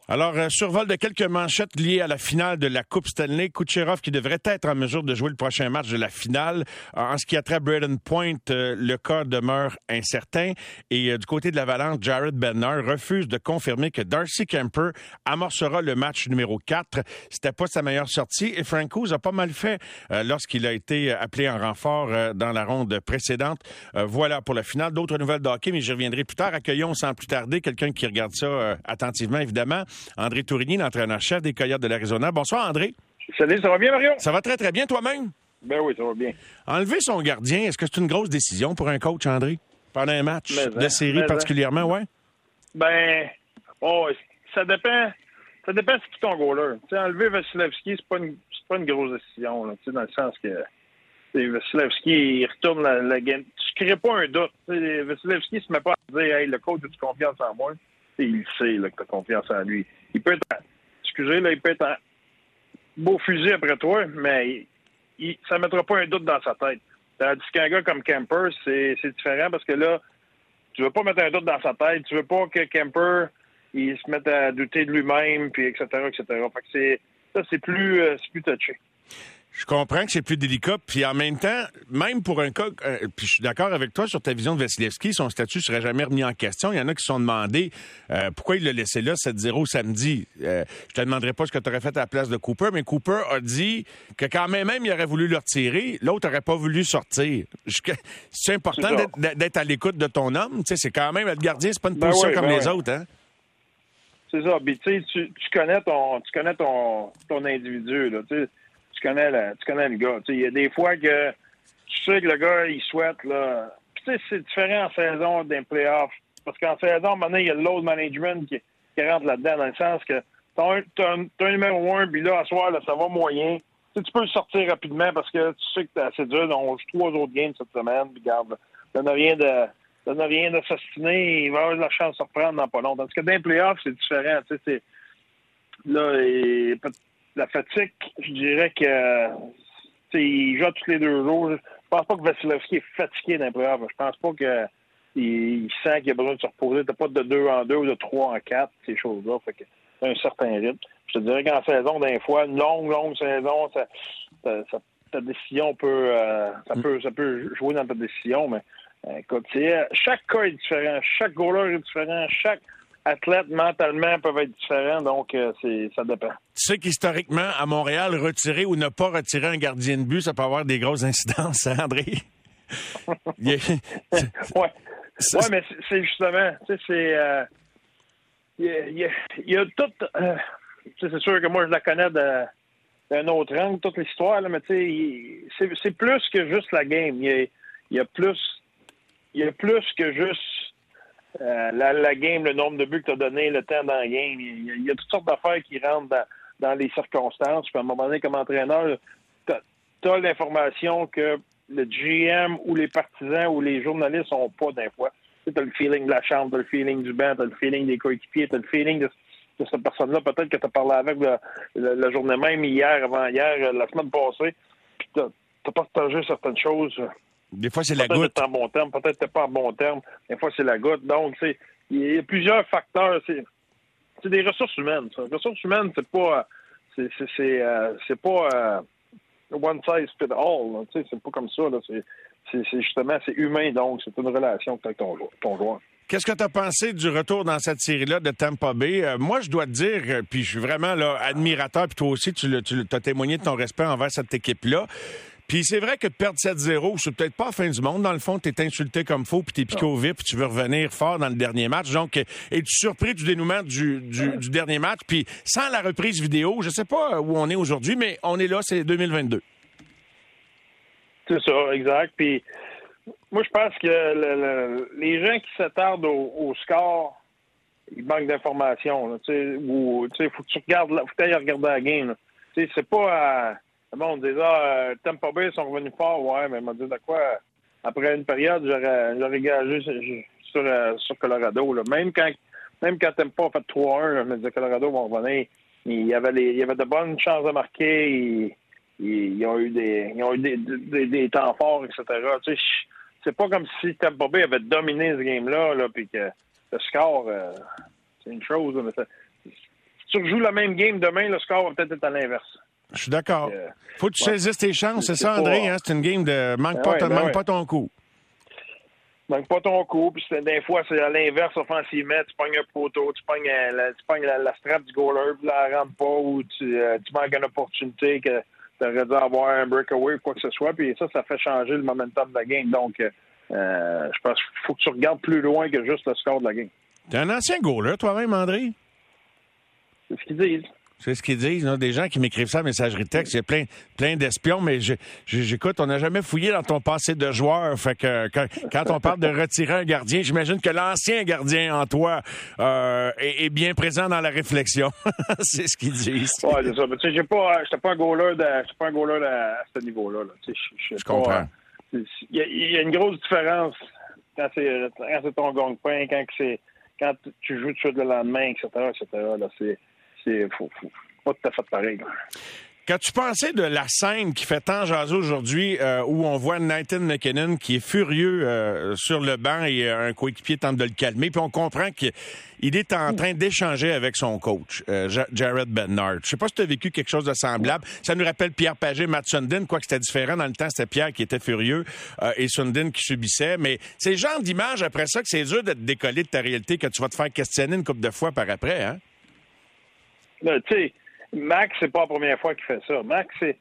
Alors, survol de quelques manchettes liées à la finale de la Coupe Stanley. Kucherov qui devrait être en mesure de jouer le prochain match de la finale. En ce qui a trait à Brayden Point, le cas demeure incertain. Et du côté de l'Avalanche, Jared Bednar refuse de confirmer que Darcy Kuemper amorcera le match numéro 4. C'était pas sa meilleure sortie. Et Francouz a pas mal fait lorsqu'il a été appelé en renfort dans la ronde précédente. Voilà pour la finale. D'autres nouvelles de hockey, mais j'y reviendrai plus tard. Accueillons sans plus tarder quelqu'un qui regarde ça attentivement, évidemment. André Tourigny, l'entraîneur-chef des Coyotes de l'Arizona. Bonsoir, André. Salut, ça va bien, Mario? Ça va très, très bien, toi-même? Ben oui, ça va bien. Enlever son gardien, est-ce que c'est une grosse décision pour un coach, André? Pendant un match de série particulièrement, ouais? Ben, ça dépend. Ça dépend c'est qui ton goaler. Tu sais, enlever Vasilevski, c'est pas une grosse décision, là, dans le sens que Vasilevski, il retourne la game. Tu crées pas un doute. Vasilevski se met pas à dire « Hey, le coach, as-tu confiance en moi? » Il sait là, que tu as confiance en lui. Il peut être, il peut être en beau fusil après toi, mais ça ne mettra pas un doute dans sa tête. Tandis qu'un gars comme Kuemper, c'est différent parce que là, tu veux pas mettre un doute dans sa tête. Tu veux pas que Kuemper il se mette à douter de lui-même, puis etc., etc. Fait que c'est plus touché. Je comprends que c'est plus délicat, puis en même temps, même pour un cas, puis je suis d'accord avec toi sur ta vision de Vasilevski, son statut serait jamais remis en question. Il y en a qui se sont demandé pourquoi il l'a laissé là 7-0 samedi. Je te demanderai pas ce que tu aurais fait à la place de Cooper, mais Cooper a dit que quand même il aurait voulu le retirer, l'autre aurait pas voulu sortir. C'est important d'être à l'écoute de ton homme. Tu sais, c'est quand même être gardien, c'est pas une position comme les autres, hein? C'est ça. Puis tu sais, tu connais ton individu, là. Tu connais le gars. Il y a des fois que tu sais que le gars, il souhaite, là. Puis tu sais, c'est différent en saison d'un playoff. Parce qu'en saison, maintenant, il y a le load management qui rentre là-dedans, dans le sens que t'as un numéro 1, puis là, à soir, là, ça va moyen. Tu peux le sortir rapidement parce que tu sais que c'est assez dur. On joue 3 autres games cette semaine, puis regarde, ça n'a rien de s'ostiner. Il va avoir de la chance de se reprendre dans pas longtemps. Parce que dans les playoffs, c'est différent. Tu sais, la fatigue, je dirais que il joue tous les 2 jours. Je pense pas que Vasilevski est fatigué dans les playoffs. Je pense pas qu'il sent qu'il a besoin de se reposer. T'as pas de 2 en 2 ou de 3 en 4, ces choses-là. Fait que c'est un certain rythme. Je te dirais qu'en saison, des fois, une longue saison, ta décision peut jouer dans ta décision, mais écoute, chaque cas est différent, chaque goaler est différent, chaque athlète mentalement peuvent être différents, donc ça dépend. Tu sais qu'historiquement, à Montréal, retirer ou ne pas retirer un gardien de but, ça peut avoir des grosses incidences, hein, André? Ouais, mais c'est justement, tu sais, il y a tout. C'est sûr que moi, je la connais d'un autre angle, toute l'histoire, là, mais tu sais, c'est plus que juste la game. Il y a plus que juste la game, le nombre de buts que tu as donné, le temps dans la game. Il y a toutes sortes d'affaires qui rentrent dans les circonstances. Puis à un moment donné, comme entraîneur, tu as l'information que le GM ou les partisans ou les journalistes n'ont pas d'un fois. Tu as le feeling de la chambre, tu as le feeling du banc, tu as le feeling des coéquipiers, tu as le feeling de cette personne-là. Peut-être que tu as parlé avec la journée même, hier, avant-hier, la semaine passée. Puis tu as partagé certaines choses. Des fois, c'est la goutte. Peut-être que t'es en bon terme, peut-être que t'es pas en bon terme. Des fois, c'est la goutte. Donc, il y a plusieurs facteurs. C'est des ressources humaines. Ça. Les ressources humaines, c'est pas one size fit all. C'est pas comme ça. Là. C'est justement, c'est humain. Donc, c'est une relation avec ton joueur. Qu'est-ce que tu as pensé du retour dans cette série-là de Tampa Bay? Moi, je dois te dire, puis je suis vraiment là, admirateur, puis toi aussi, tu as témoigné de ton respect envers cette équipe-là. Puis c'est vrai que perdre 7-0, c'est peut-être pas la fin du monde. Dans le fond, t'es insulté comme faux, puis t'es piqué au vif, puis tu veux revenir fort dans le dernier match. Donc, es-tu surpris du dénouement du dernier match? Puis sans la reprise vidéo, je sais pas où on est aujourd'hui, mais on est là, c'est 2022. C'est ça, exact. Puis moi, je pense que les gens qui s'attardent au score, ils manquent d'informations. Faut que tu regardes, faut que tu ailles regarder la game. C'est pas bon, on disait, Tampa Bay sont revenus fort, ouais, mais on m'a dit de quoi? Après une période, j'aurais gagé sur Colorado. Là. Même quand Tampa a fait 3-1, je me disais Colorado vont revenir. Il y avait de bonnes chances de marquer. Ils ont eu des temps forts, etc. Tu sais, c'est pas comme si Tampa Bay avait dominé ce game-là, puis que le score, c'est une chose, mais tu rejoues la même game demain, le score va peut-être être à l'inverse. Je suis d'accord. Faut que tu saisisses tes chances, c'est ça, André? Hein? C'est une game de manque pas ton coup. Manque pas ton coup, puis des fois, c'est à l'inverse offensivement. Tu pognes un poteau, tu pognes la strap du goaler, puis la rentre pas, ou tu manques une opportunité que tu aurais dû avoir un breakaway ou quoi que ce soit, puis ça fait changer le momentum de la game. Donc, je pense qu'il faut que tu regardes plus loin que juste le score de la game. T'es un ancien goaler, toi-même, André? C'est ce qu'ils disent. C'est ce qu'ils disent, des gens qui m'écrivent ça en messagerie texte. Il y a plein d'espions, mais j'écoute, on n'a jamais fouillé dans ton passé de joueur. Fait que quand on parle de retirer un gardien, j'imagine que l'ancien gardien en toi est bien présent dans la réflexion. C'est ce qu'ils disent. Ouais, c'est ça. Mais tu sais, j'étais pas un goaler à ce niveau-là. Là. Je comprends. Il y a une grosse différence quand c'est ton gagne-pain, quand tu joues tout de suite le lendemain, etc. Là, c'est faut pas tout à fait pareil. Quand tu pensais de la scène qui fait tant jaser aujourd'hui, où on voit Nathan MacKinnon qui est furieux sur le banc et un coéquipier tente de le calmer, puis on comprend qu'il est en train d'échanger avec son coach, Jared Bednar. Je sais pas si tu as vécu quelque chose de semblable. Ça nous rappelle Pierre Pagé, Matt Sundin, quoique c'était différent. Dans le temps, c'était Pierre qui était furieux et Sundin qui subissait. Mais c'est le genre d'image après ça que c'est dur de te décoller de ta réalité, que tu vas te faire questionner une couple de fois par après, hein? Tu sais, Max, c'est pas la première fois qu'il fait ça. Max, c'est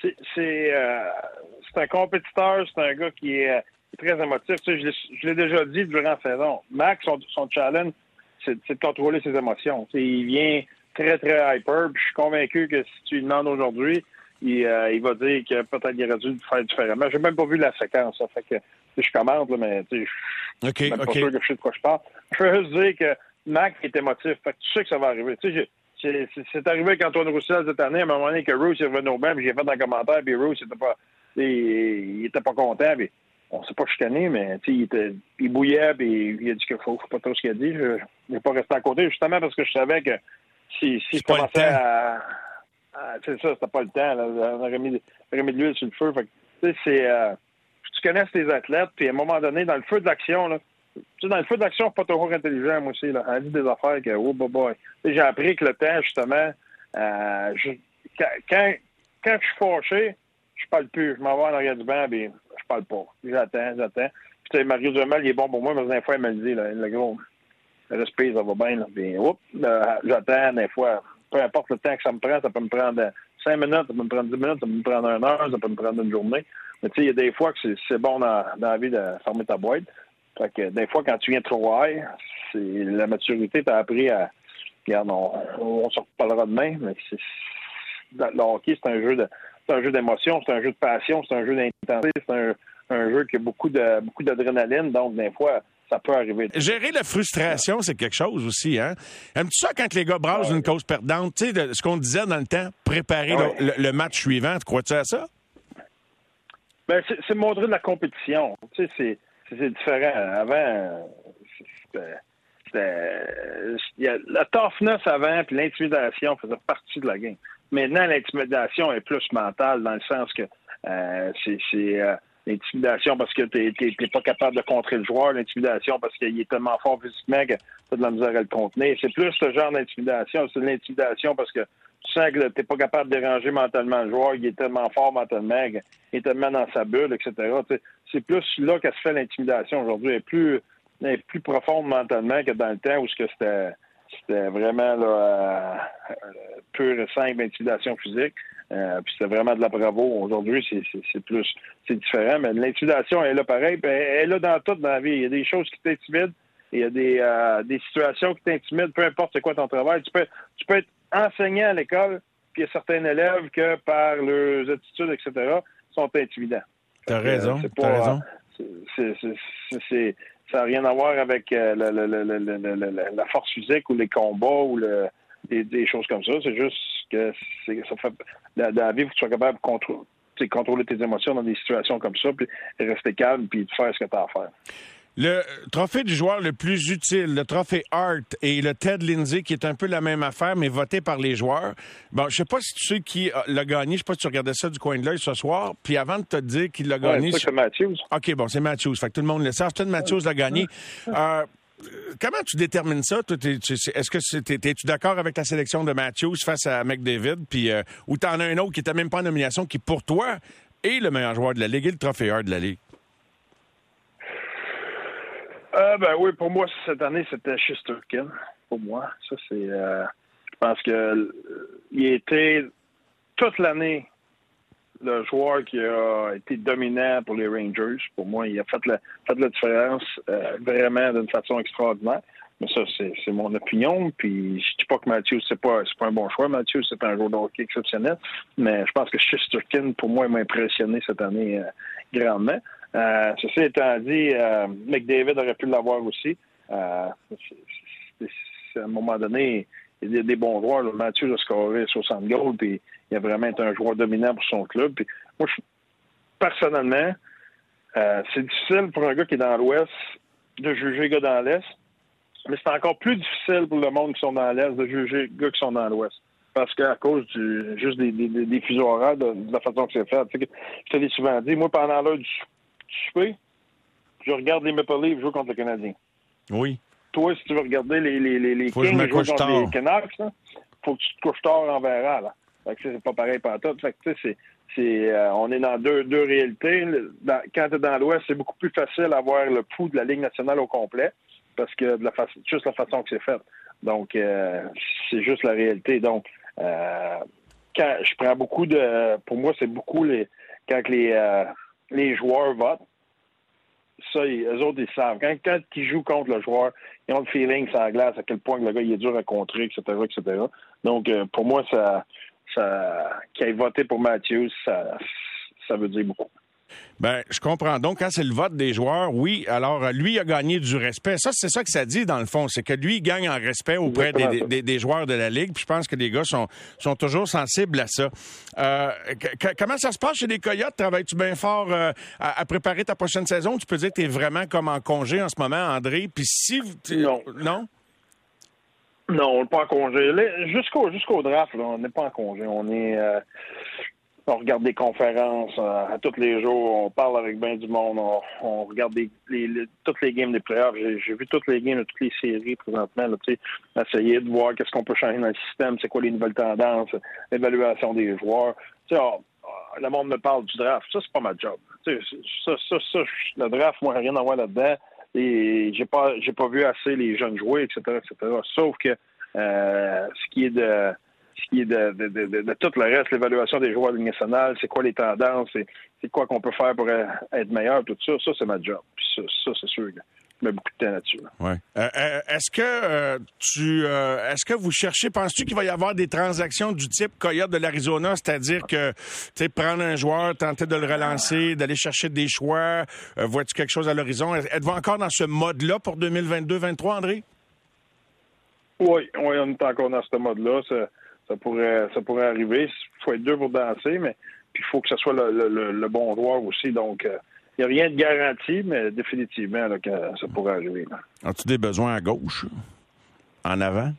un compétiteur, c'est un gars qui est très émotif. Tu sais, je l'ai déjà dit durant la saison. Max, son challenge, c'est de contrôler ses émotions. Tu sais, il vient très, très hyper. Puis je suis convaincu que si tu lui demandes aujourd'hui, il va dire que peut-être il aurait dû le faire différemment. J'ai même pas vu la séquence. Ça fait que je commente, là, mais tu sais, je suis même pas sûr que je sais de quoi je parle. Je veux juste dire que Max est émotif. Fait que tu sais que ça va arriver. Tu sais, c'est arrivé avec Antoine Roussel cette année, à un moment donné, que Rouse est revenu au banc, puis j'ai fait un commentaire, puis Rouse il était pas content, puis on s'est pas chicané, mais il bouillait, puis il a dit qu'il faut pas trop ce qu'il a dit. Je n'ai pas resté à côté, justement parce que je savais que si je commençais à c'est ça, c'était pas le temps, là, on aurait mis de l'huile sur le feu. Fait que, tu connais tes athlètes, puis à un moment donné, dans le feu de l'action, là, tu sais, dans le feu d'action, pas toujours intelligent, moi aussi. Là. On a dit des affaires que, oh, boy. J'ai appris que le temps, justement, quand je suis fâché, je parle plus. Je m'en vais en arrière du banc, puis je parle pas. J'attends. Puis, tu sais, Mario Duhamel, il est bon pour moi, mais des fois, il me le dit, là, le gros, respire, ça va bien, là. Puis, j'attends, des fois. Peu importe le temps que ça me prend, ça peut me prendre 5 minutes, ça peut me prendre 10 minutes, ça peut me prendre 1 heure, ça peut me prendre une journée. Mais, tu sais, il y a des fois que c'est bon dans la vie de fermer ta boîte. Fait que des fois, quand tu viens trop high, c'est la maturité t'a appris à. Regarde, on s'en reparlera demain, mais le hockey, c'est un jeu d'émotion, c'est un jeu de passion, c'est un jeu d'intensité, c'est un jeu qui a beaucoup d'adrénaline, donc des fois, ça peut arriver. Gérer la frustration, c'est quelque chose aussi, hein? Aimes-tu ça quand les gars brassent une cause perdante? Tu sais, ce qu'on disait dans le temps, préparer le match suivant, tu crois-tu à ça? Ben, c'est montrer de la compétition. Tu sais, c'est différent. Avant, la toughness avant puis l'intimidation faisait partie de la game. Maintenant, l'intimidation est plus mentale dans le sens que c'est l'intimidation parce que t'es pas capable de contrer le joueur, l'intimidation parce qu'il est tellement fort physiquement que t'as de la misère à le contenir. C'est plus ce genre d'intimidation. C'est de l'intimidation parce que tu sens que t'es pas capable de déranger mentalement le joueur, il est tellement fort mentalement, il est tellement dans sa bulle, etc. T'sais, c'est plus là que se fait l'intimidation aujourd'hui. Elle est plus profonde mentalement que dans le temps où c'était vraiment là, pure et simple intimidation physique. Puis c'était vraiment de la bravo. Aujourd'hui, c'est différent, mais l'intimidation elle est là pareil. Puis elle est là dans tout dans la vie. Il y a des choses qui t'intimident, il y a des situations qui t'intimident, peu importe c'est quoi ton travail. Tu peux être enseignant à l'école, puis il y a certains élèves que par leurs attitudes, etc., sont intimidants. T'as raison. Ça n'a rien à voir avec la force physique ou les combats ou des choses comme ça. C'est juste que ça fait dans la vie, il faut que tu sois capable de contrôler tes émotions dans des situations comme ça, puis rester calme, puis faire ce que tu as à faire. Le trophée du joueur le plus utile, le trophée Hart et le Ted Lindsay, qui est un peu la même affaire, mais voté par les joueurs. Bon, je sais pas si tu sais qui l'a gagné. Je sais pas si tu regardais ça du coin de l'œil ce soir. Puis avant de te dire qu'il l'a gagné... c'est Matthews. OK, bon, c'est Matthews. Fait que tout le monde le sait. Austin Matthews l'a gagné. comment tu détermines ça? Toi, est-ce que es-tu d'accord avec ta sélection de Matthews face à McDavid? Puis, ou t'en as un autre qui n'était même pas en nomination, qui, pour toi, est le meilleur joueur de la Ligue et le trophéeur de la Ligue? Oui, pour moi, cette année, c'était Shesterkin. Pour moi, ça, c'est... je pense que il a été toute l'année le joueur qui a été dominant pour les Rangers. Pour moi, il a fait la différence vraiment d'une façon extraordinaire. Mais ça, c'est mon opinion. Puis je dis pas que Matthews, c'est pas un bon choix. Matthews, c'est un joueur de hockey exceptionnel. Mais je pense que Shesterkin, pour moi, il m'a impressionné cette année grandement. Ceci étant dit, McDavid aurait pu l'avoir aussi. À un moment donné, il y a des bons joueurs. Là. Matthews a scoré 60 goals, puis il a vraiment été un joueur dominant pour son club. Puis moi, personnellement, c'est difficile pour un gars qui est dans l'Ouest de juger les gars dans l'Est, mais c'est encore plus difficile pour le monde qui sont dans l'Est de juger les gars qui sont dans l'Ouest. Parce qu'à cause juste des fuseaux horaires, de la façon que c'est fait. Tu sais, je te l'ai souvent dit, moi, pendant l'heure du souper, je regarde les Maple Leafs jouer contre le Canadien. Oui. Toi, si tu veux regarder les Kings jouer contre les Canucks, faut que tu te couches tard en verra, là. Fait que c'est pas pareil pantoute. Fait que tu sais, on est dans deux réalités. Quand tu es dans l'Ouest, c'est beaucoup plus facile d'avoir le pouls de la Ligue nationale au complet parce que juste la façon que c'est fait. Donc, c'est juste la réalité. Donc, quand je prends beaucoup pour moi, c'est beaucoup quand les joueurs votent. Ça, eux autres, ils savent. Quand ils jouent contre le joueur, ils ont le feeling sur la glace, à quel point le gars il est dur à contrer, etc., etc. Donc, pour moi, qu'il ait voté pour Matthews, ça veut dire beaucoup. Ben, je comprends. Donc, quand c'est le vote des joueurs, oui, alors lui, il a gagné du respect. Ça, c'est ça que ça dit, dans le fond. C'est que lui, il gagne en respect auprès des joueurs de la Ligue. Puis je pense que les gars sont toujours sensibles à ça. Comment ça se passe chez les Coyotes? Travailles-tu bien fort à préparer ta prochaine saison? Tu peux dire que tu es vraiment comme en congé en ce moment, André? Puis si... Non. Non? Non, on n'est pas en congé. Jusqu'au draft, là, on n'est pas en congé. On regarde des conférences à tous les jours, on parle avec bien du monde, on regarde toutes les games des playoffs. J'ai vu toutes les games de toutes les séries présentement, là, essayer de voir qu'est-ce qu'on peut changer dans le système, c'est quoi les nouvelles tendances, l'évaluation des joueurs. Le monde me parle du draft, ça c'est pas ma job. Le draft, moi, rien à voir là-dedans. Et j'ai pas vu assez les jeunes jouer, etc., etc. Sauf que ce qui est de tout le reste, l'évaluation des joueurs de Ligue nationale, c'est quoi les tendances, c'est quoi qu'on peut faire pour être meilleur, tout ça, c'est ma job. Puis ça c'est sûr que je mets beaucoup de temps là-dessus. Ouais. Est-ce que vous cherchez, penses-tu qu'il va y avoir des transactions du type Coyote de l'Arizona, c'est-à-dire que, tu sais, prendre un joueur, tenter de le relancer, d'aller chercher des choix, vois-tu quelque chose à l'horizon? Êtes-vous encore dans ce mode-là pour 2022-2023, André? Oui, on est encore dans ce mode-là. Ça pourrait arriver. Il faut être deux pour danser, mais puis il faut que ce soit le bon joueur aussi. Donc, il n'y a rien de garanti, mais définitivement là, que ça pourrait arriver. Là. As-tu des besoins à gauche? En avant?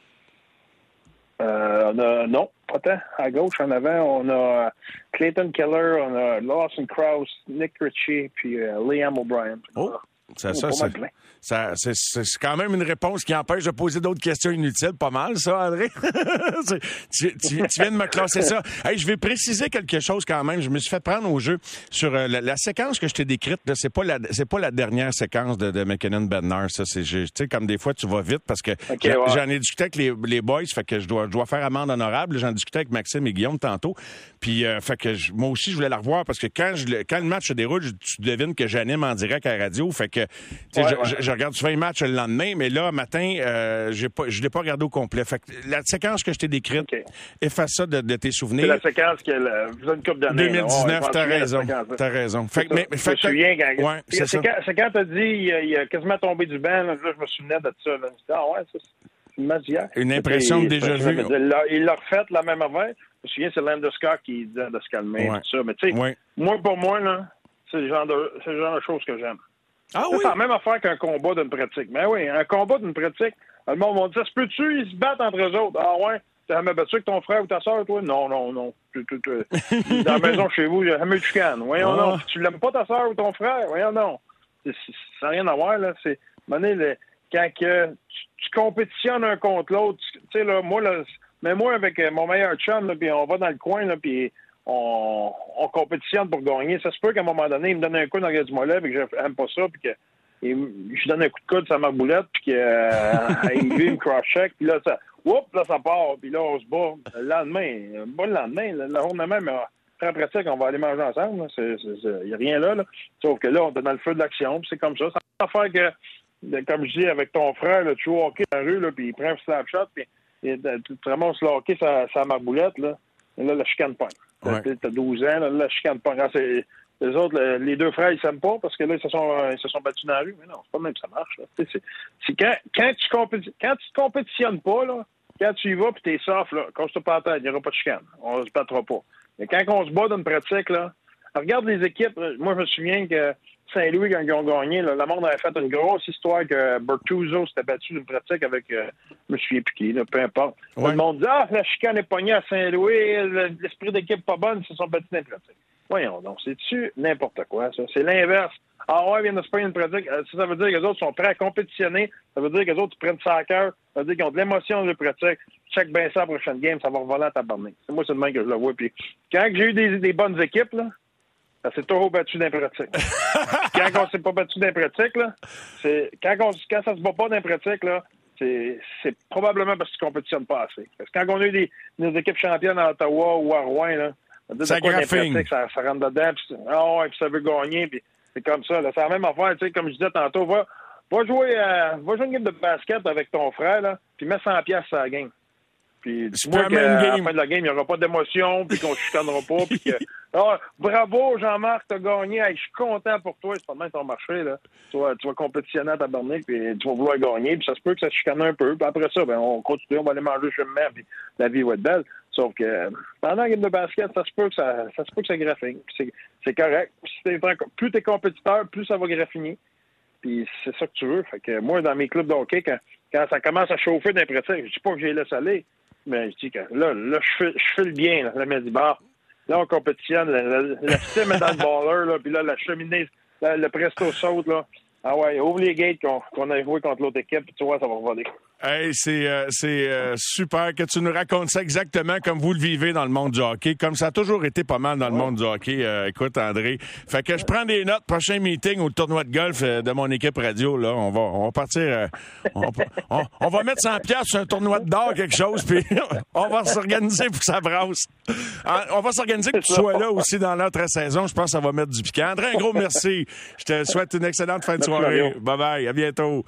Non, pas tant. À gauche, en avant, on a Clayton Keller, on a Lawson Krause, Nick Ritchie, puis Liam O'Brien. Oh! C'est quand même une réponse qui empêche de poser d'autres questions inutiles. Pas mal, ça, André? tu viens de me classer ça. Hey, je vais préciser quelque chose quand même. Je me suis fait prendre au jeu sur la séquence que je t'ai décrite. Là, c'est pas la dernière séquence de McKinnon-Bednar. Ça, tu sais, comme des fois, tu vas vite parce que j'en ai discuté avec les boys. Fait que je dois faire amende honorable. J'en discutais avec Maxime et Guillaume tantôt. Puis, fait que moi aussi, je voulais la revoir parce que quand le match se déroule, tu devines que j'anime en direct à la radio. Fait que, je regarde souvent les matchs le lendemain, mais là, matin, je l'ai pas regardé au complet. Fait que la séquence que je t'ai décrite, efface ça de tes souvenirs. C'est la séquence que vous avez une couple d'années. 2019, t'as raison. Fait que, je me souviens quand... Ouais, c'est quand t'as dit il a quasiment tombé du banc, là, je me souvenais de ça. Là. Je me dis, ouais, ça, c'est une match d'hier. Une impression de déjà vu. Il l'a refait la même affaire. Je me souviens, c'est Landeskog qui disait de se calmer, tout ça. Mais tu sais, pour moi, là, c'est le genre de choses que j'aime. Ah oui? C'est la même affaire qu'un combat d'une pratique. Mais oui, un combat d'une pratique, le monde va dire, ça se peut-tu, ils se battent entre eux autres? Ah ouais? T'as jamais battu avec ton frère ou ta soeur, toi? Non. Dans la maison chez vous, il y a jamais eu de chicane. Voyons non. Tu l'aimes pas ta soeur ou ton frère? Voyons non. Ça n'a rien à voir, là. quand que tu compétitionnes un contre l'autre. Tu sais, là, moi, avec mon meilleur chum, là, puis on va dans le coin, là, puis on compétitionne pour gagner. Ça se peut qu'à un moment donné, il me donne un coup dans le du mollet, puis que j'aime pas ça, puis que je donne un coup de coude sur ma boulette, puis qu'il me cross-check, puis là, ça part, puis là, on se bat. Le lendemain, pas le lendemain, le lendemain même, après pratique, on va aller manger ensemble. Il n'y a rien là, là. Sauf que là, on est dans le feu de l'action, puis c'est comme ça. Ça va faire que, comme je dis, avec ton frère, là, tu joues au hockey dans la rue, là, puis il prend un slap shot, puis tu te ramasses le hockey sur ma boulette, là. Et là, la chicane pogne. Ouais. T'as 12 ans, là, la chicane pogne. Les autres, les deux frères, ils s'aiment pas parce que là, ils se sont battus dans la rue. Mais non, c'est pas même que ça marche. Là. C'est quand tu compétitionnes pas, là, quand tu y vas puis t'es soft, là, quand tu te pas en tête, il n'y aura pas de chicane. On se battra pas. Mais quand on se bat dans une pratique, là, regarde les équipes. Moi, je me souviens que Saint-Louis, quand ils ont gagné, là, le monde avait fait une grosse histoire que Bertuzzo s'était battu d'une pratique avec, je me souviens plus qui, là, peu importe. Ouais. Le monde dit, la chicane est pognée à Saint-Louis, l'esprit d'équipe pas bonne, ils se sont battus dans les pratiques. Voyons donc, c'est-tu n'importe quoi, ça? C'est l'inverse. Ah ouais, ils viennent de se payer une pratique. Ça veut dire que les autres sont prêts à compétitionner. Ça veut dire que les autres prennent ça à cœur. Ça veut dire qu'ils ont de l'émotion de pratique. Check bien ça la prochaine game, ça va revoler à tabarnak. C'est moi, c'est le même que je le vois. Puis quand j'ai eu des bonnes équipes, là, ça s'est toujours battu dans les pratiques. Quand on s'est pas battu dans les pratiques, là, c'est quand ça se bat pas dans les pratiques, là, c'est probablement parce que tu compétitionnes pas assez. Parce que quand on a eu des équipes championnes à Ottawa ou à Rouen, là, ça graphine. Ça rentre dedans, puis puis ça veut gagner, puis c'est comme ça. Là. C'est la même affaire, tu sais, comme je disais tantôt, va jouer une game de basket avec ton frère, là, puis mets 100$ sur la game. Puis dis-moi qu'à la fin de la game, il n'y aura pas d'émotion, puis qu'on ne chicanera pas, puis que bravo Jean-Marc, t'as gagné, hey, je suis content pour toi, c'est pas mal ton marché, là. Tu vas compétitionner à tabarnak, puis tu vas vouloir gagner, puis ça se peut que ça chicane un peu, puis après ça, on continue, on va aller manger chez le maire, puis la vie va être belle. Sauf que pendant la game de basket, ça se peut que ça graffine. C'est correct. Plus t'es compétiteur, plus ça va graffiner. Puis c'est ça que tu veux. Fait que moi, dans mes clubs de hockey, quand ça commence à chauffer dans les pratiques, je dis pas que j'ai laissé aller, mais je dis que là, je fais le bien. Là, le dit, là, on compétitionne. La cime est dans le baller, là, puis là, la cheminée, le presto saute, là. Ah ouais, ouvre les gates qu'on a joué contre l'autre équipe, puis tu vois, ça va revoler. Hey, c'est super que tu nous racontes ça exactement comme vous le vivez dans le monde du hockey, comme ça a toujours été pas mal dans le monde du hockey. Écoute, André, fait que je prends des notes. Prochain meeting au tournoi de golf de mon équipe radio, là, on va partir. On va mettre 100$ sur un tournoi de d'or, quelque chose, puis on va s'organiser pour que ça brasse. On va s'organiser que tu sois là aussi dans l'entre-saison. Je pense que ça va mettre du piquant. André, un gros merci. Je te souhaite une excellente fin de soirée. Bye bye. À bientôt.